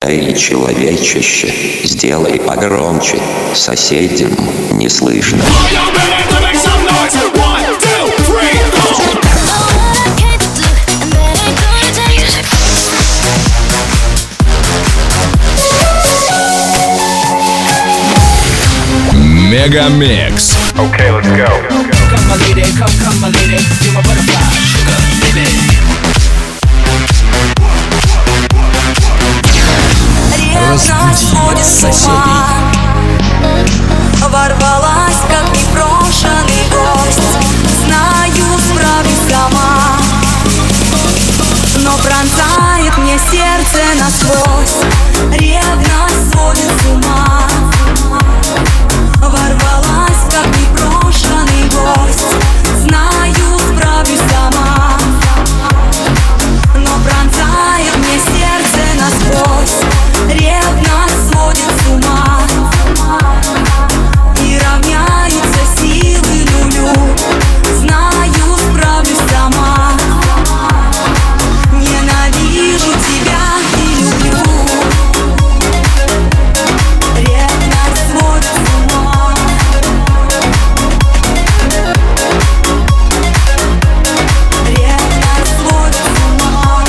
Эй, человечище, сделай погромче, соседям не слышно. Мегамикс. Okay, let's go. Come my lady, come my lady, you're my butterfly, sugar, baby. Разбуди соседей. Ворвалась, как непрошенный гость. Знаю, справлюсь сама, но пронзает мне сердце насквозь. Ревность сводит с ума. Ворвалась, как непрошенный гость. Знаю, справлюсь сама, но пронзает мне сердце насквозь. Ревность сводит с ума и равняется силы нулю. Знаю, справлюсь сама. Ненавижу тебя и люблю. Ревность сводит с ума. Ревность сводит с ума.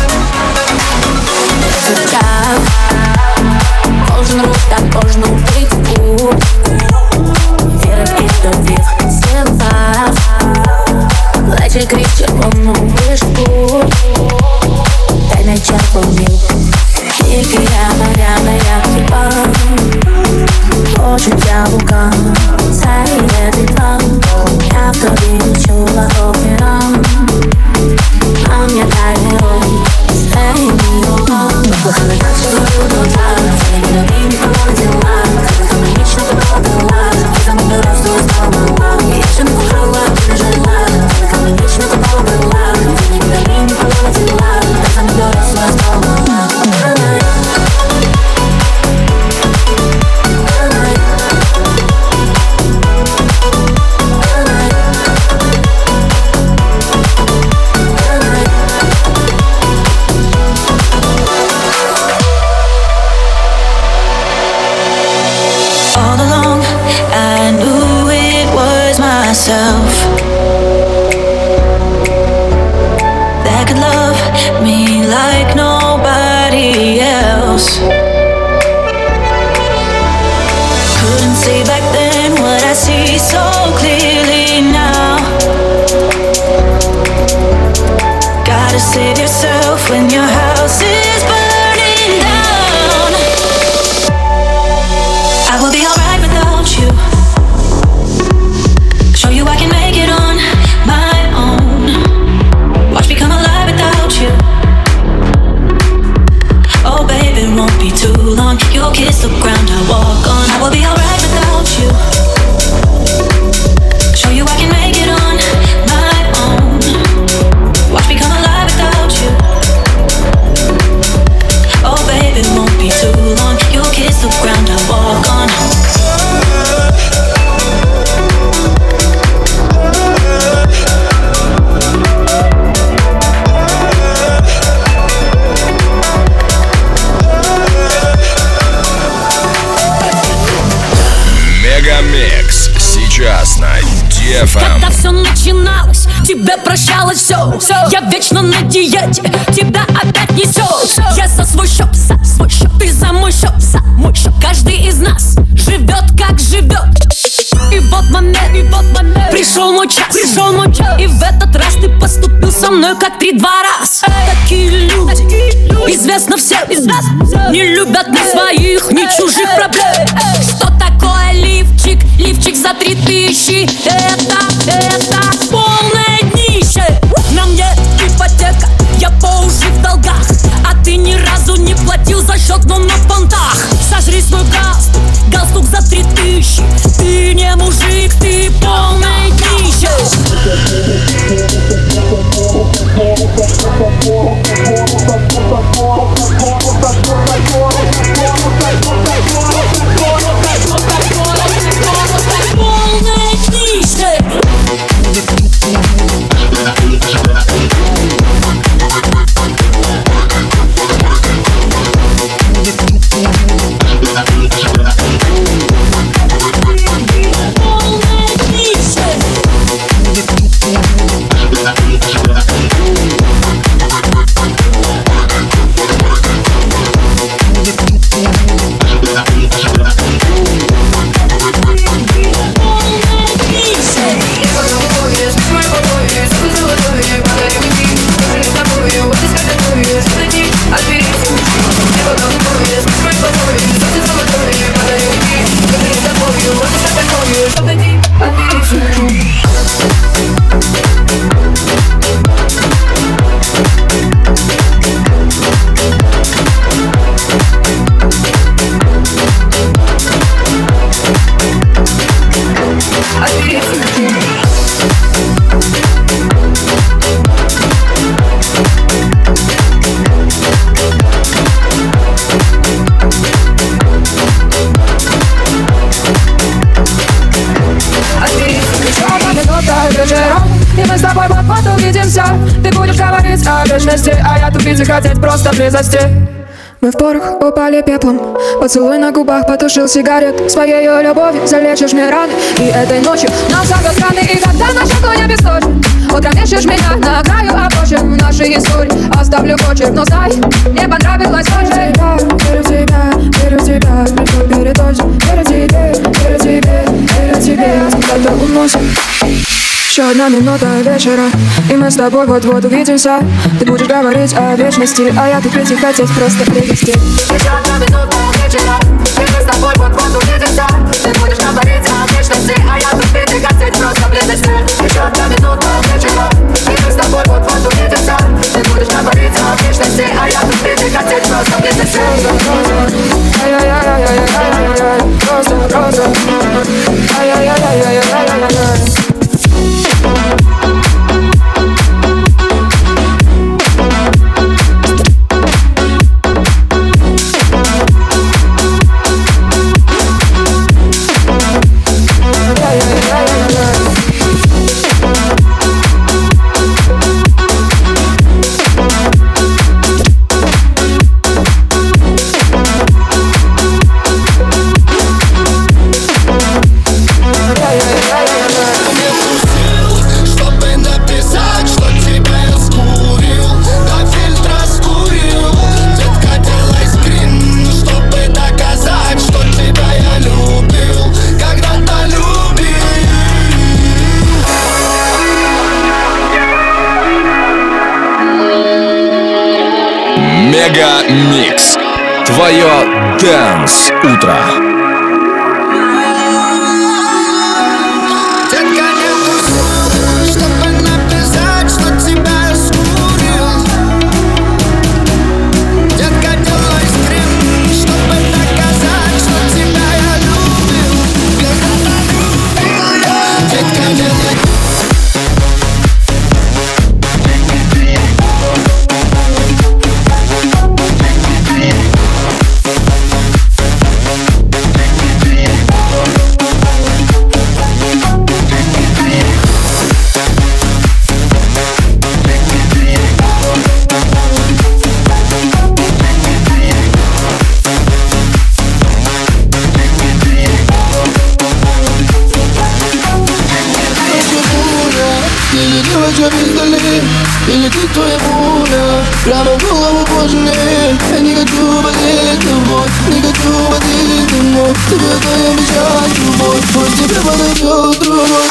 Сейчас должен рук так можно быть в путь. Вера в любви в сердцах. Плачет крик червоному вышку. Дай начать помнить. Тільки я типа хочу я вулкан. Це є план. Я в тобі відчула океан. Пам'ятай герой. Стей мій окан. Кохана так, що зроблю до утра. Це не нові ніколи діла. Тебе там нічно побила. Ти за мене дорослою стала. Я ще не покрила, ти не жила. Тебе там нічно побила. Ти не нові ніколи діла. Ти за мене дорослою стала. All along, I knew it was myself that could love me like nobody else. Couldn't see back then what I see so clearly now. Gotta save yourself when your house is burning down. I will be alright without you. Show you I can make it on my own. Watch me come alive without you. Oh baby, it won't be too long. You'll kiss the ground I walk on. I will be alright without you. Show you I can make it on my own. Watch me come alive without you. Oh baby, it won't be too long. You'll kiss the ground I walk on. Мегамикс. Сейчас на DFM. Когда все начиналось, тебе прощалось все. Я вечно на диете, тебя опять несет. Я за свой счет, ты за мой счет, Каждый из нас живет как живет. И вот момент, пришел мой час. И в этот раз ты поступил со мной как 3-2 раз. Такие люди, известно всем, не любят ни своих, ни чужих проблем. Что такое лифчик? Лифчик за 3000. Это полное днище. На мне ипотека, я по уши в долгах. А ты ни разу не платил за счет, но на понтах. Сожри свой галстук за 3000. Ты не мужик, ты полное днище. Полное днище. А я тупить и хотеть просто близости. Мы в порох упали пеплом. Поцелуй на губах потушил сигарет. Своей любовью залечишь мне раны. И этой ночью нам зовет раны. И когда наша огонь обесточен, утронишь меня на краю обочин нашей истории. Оставлю почерк, но знай, мне понравилось больше. Верю в тебя, верю в тебя. Приход переточен. Верю в тебе, верю в тебе, верю в тебе. Куда-то уносим. Еще одна минута вечера, и мы с тобой вот-вот увидимся. Ты будешь говорить о вечности, а я тупить и хотеть просто привести. Еще одна минута вечера, и мы с тобой вот-вот увидимся. Ты будешь говорить о вечности, а я тупить и хотеть просто близости. Еще одна минута вечера, и мы с тобой вот-вот увидимся. Ты будешь говорить о вечности, а я тупить и хотеть просто близости. Ай-яй-яй-яй-яй-яй-яй, просто. Ай-яй-яй-яй-яй-яй-яй. Мега Микс. Твое Dance утро. Или ты твоя пуля прямо в голову позже. Я не хочу болеть тобой, не хочу болеть тобой. Тебе это обещать любовь, пусть тебе подойдет другой.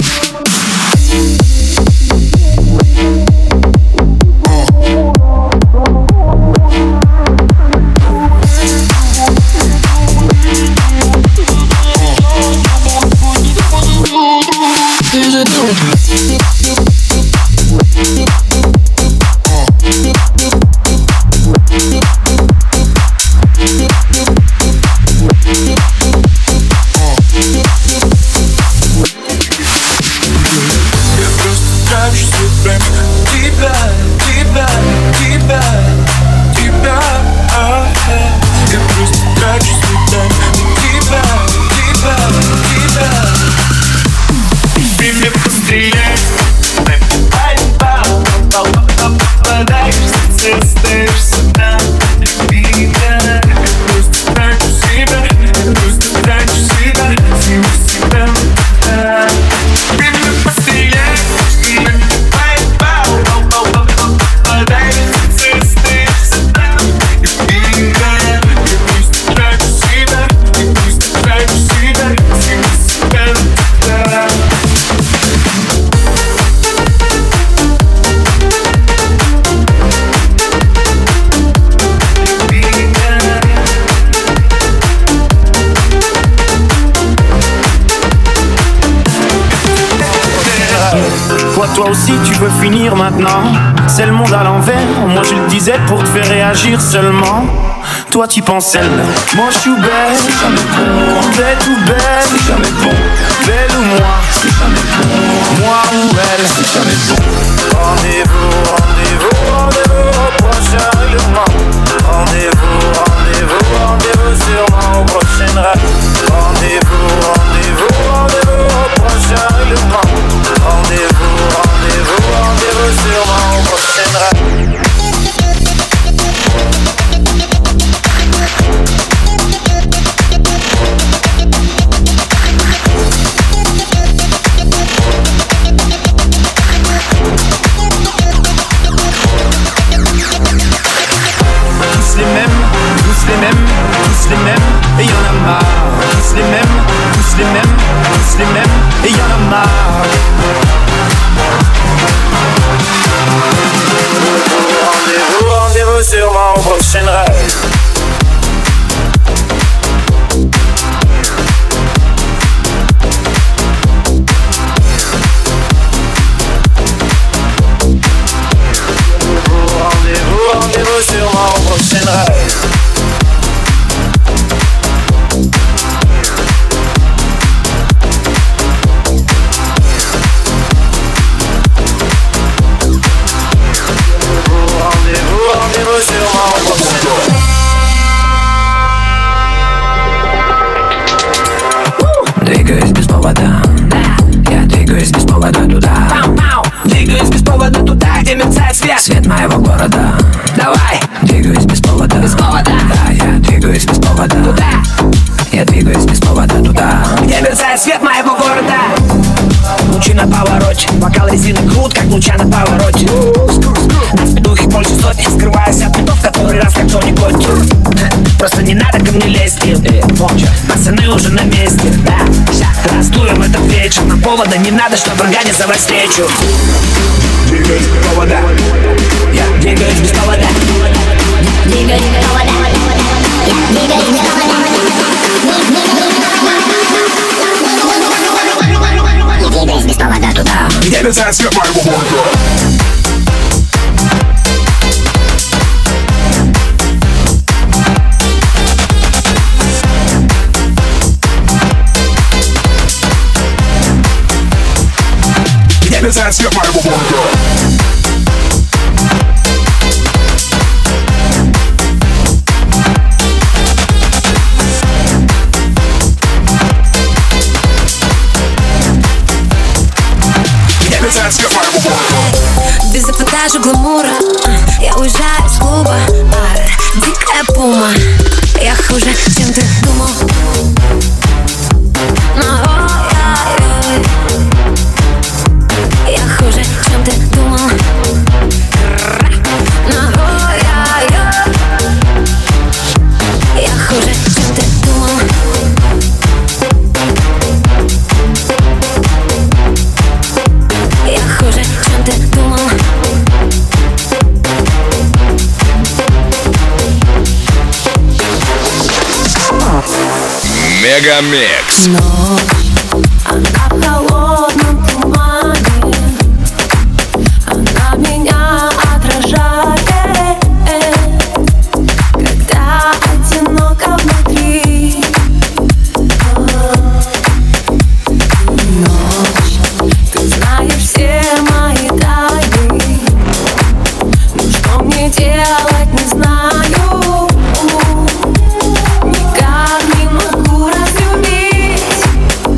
Ты же Toi aussi tu veux finir maintenant. C'est le monde à l'envers. Moi je le disais pour te faire réagir seulement. Toi tu penses elle. Moi je suis belle. C'est jamais bon. Quand t'es tout belle. C'est jamais bon. Belle ou moi. C'est jamais bon. Moi ou elle. C'est jamais bon. Rendez-vous, rendez-vous, rendez-vous au prochain règlement. Rendez-vous, rendez-vous, rendez-vous sûrement au prochain rêve. Rendez-vous, rendez-vous, rendez-vous au prochain règlement. Rendez-vous, rendez-vous, rendez-vous sûrement au prochain rêve. Tous les mêmes, tous les mêmes, tous les mêmes, et y'en a marre. Tous les mêmes, tous les mêmes, tous les mêmes, et y'en a marre. Rendez-vous, rendez-vous sûrement au prochain rêve. Rendez-vous sûrement au prochain rêve. Rendez-vous sûrement au prochain rêve. Двигаюсь без повода. Я двигаюсь без повода туда. Двигаюсь без повода туда, где мерцает свет. Свет моего города. Давай. Двигаюсь без повода. Без повода. Да, я двигаюсь без повода. Туда. Я двигаюсь без повода туда, где мерцает свет моего города. Лучи на повороте. Бокал резины крут, как луча на повороте. На спидухе больше сотни. Скрываюсь от метов, который раз как Джонни Котти. Просто не надо ко мне лезть. Пацаны уже на месте. Да, раздуем этот вечер. На повода не надо, чтобы организовать встречу. Двигаюсь без повода. Я двигаюсь без повода. Двигаюсь без повода. Я двигаюсь без повода. Двигаюсь без повода туда, где мерцает свет моего города. Где мерцает свет моего города. Без эпатажа гламура я уезжаю из клуба. Дикая пума. Я хуже, чем ты думал. Я хуже, чем ты думал. Я хуже, чем ты думал. Я хуже, чем ты думал. Мегамикс. Ночь, она в холодном тумане. Она меня отражает, когда одиноко внутри. Ночь, ты знаешь все мои тайны. Но что мне делать, не знаю. Никак не могу разлюбить.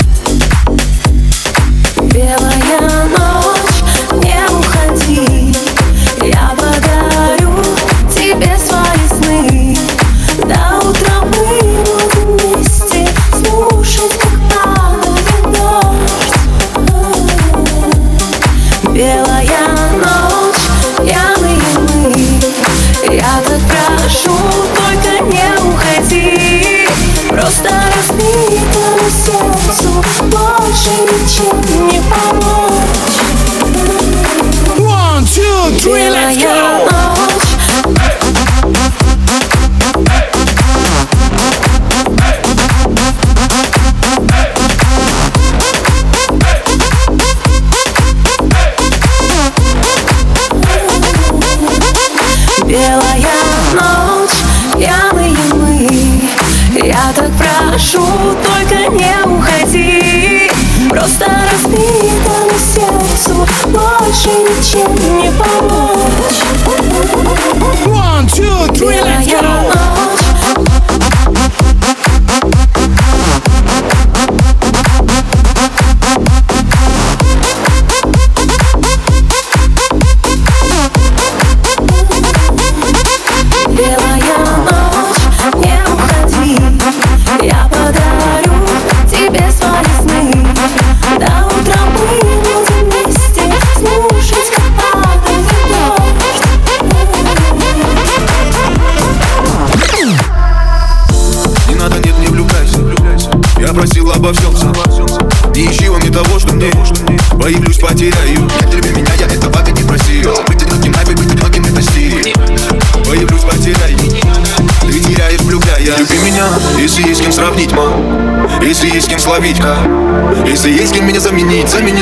прошу, только не уходи. Просто разбитому сердцу больше ничем не помочь. One, two, three, let's go! Просил обо всем сам. Не ищи во мне того, что мне. Появлюсь, потеряю. Я тебе меня, я этого не просил. Быть одиноким, быть одиноким, это стиль. Появлюсь, потеряю. Ты теряешь, влюбляя. Люби меня, если есть кем сравнить, ма. Если есть кем словить, ка. Если есть кем меня заменить. Замени.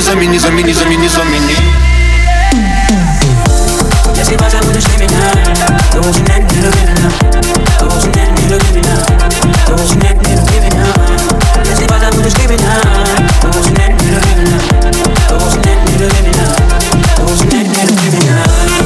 Если позабудешь ты меня, то уже нет, не люби меня. То уже нет, не люби меня. То уже нет, не люби меня. Если позабудешь ты меня, то уже нет, не люби меня. То уже нет, не люби меня. То уже нет, не люби меня.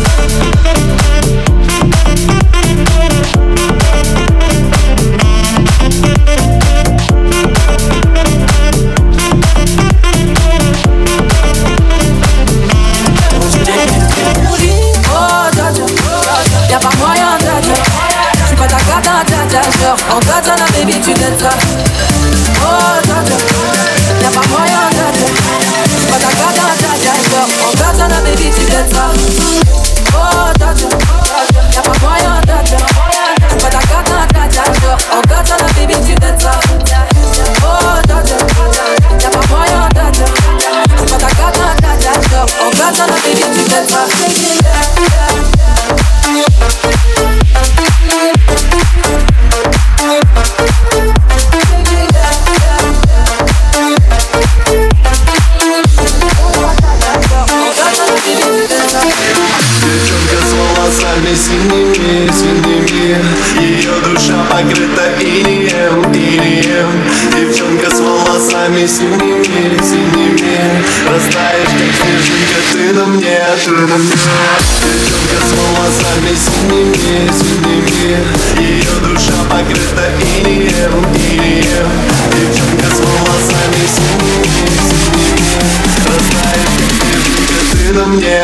Y'a pas moyen d'être. J'suis pas ta carte, en katana, baby, tu t'aides ça. Oh, tata. Y'a pas moyen d'être. J'suis pas ta carte, en katana, baby, tu t'aides ça. Oh, tata. Y'a pas moyen d'être. J'suis pas ta carte, en katana, baby, tu t'aides ça. Oh, tata. Y'a pas moyen d'être. J'suis pas ta carte, en katana, baby, tu t'aides ça. Девчонка с волосами синими. Ее душа покрыта инеем. Девчонка с волосами синими. Растаешь, как снежинка, ты на мне. Девчонка с волосами синими. Ее душа покрыта инеем. Девчонка с волосами синими. Растаешь, как снежинка, ты на мне.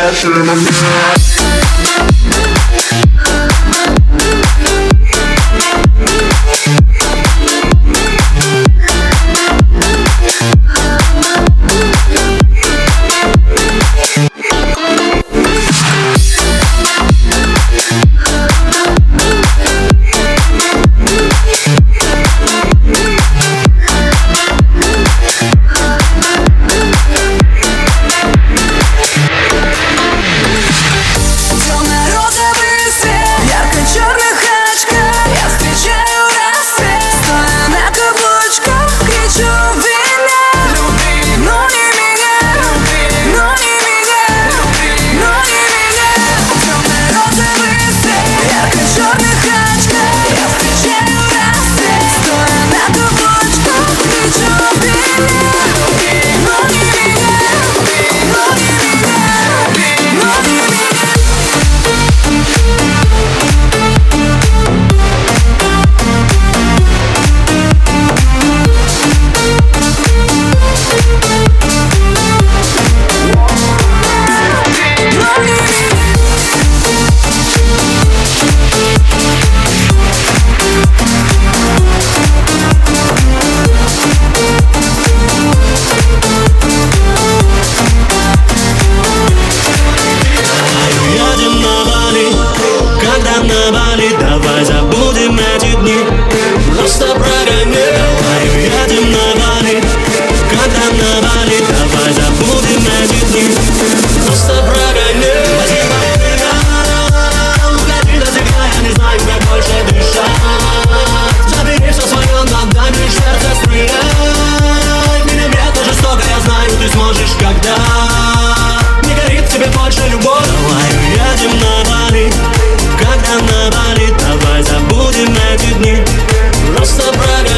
Просто прогоняй.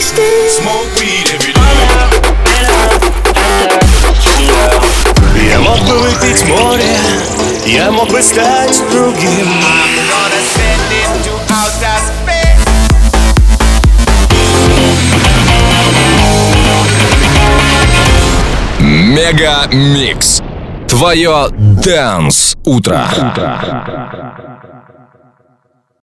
Smoke weed every day. Я мог бы выпить море, я мог бы стать другим. Мега Микс. Твое Dance утро.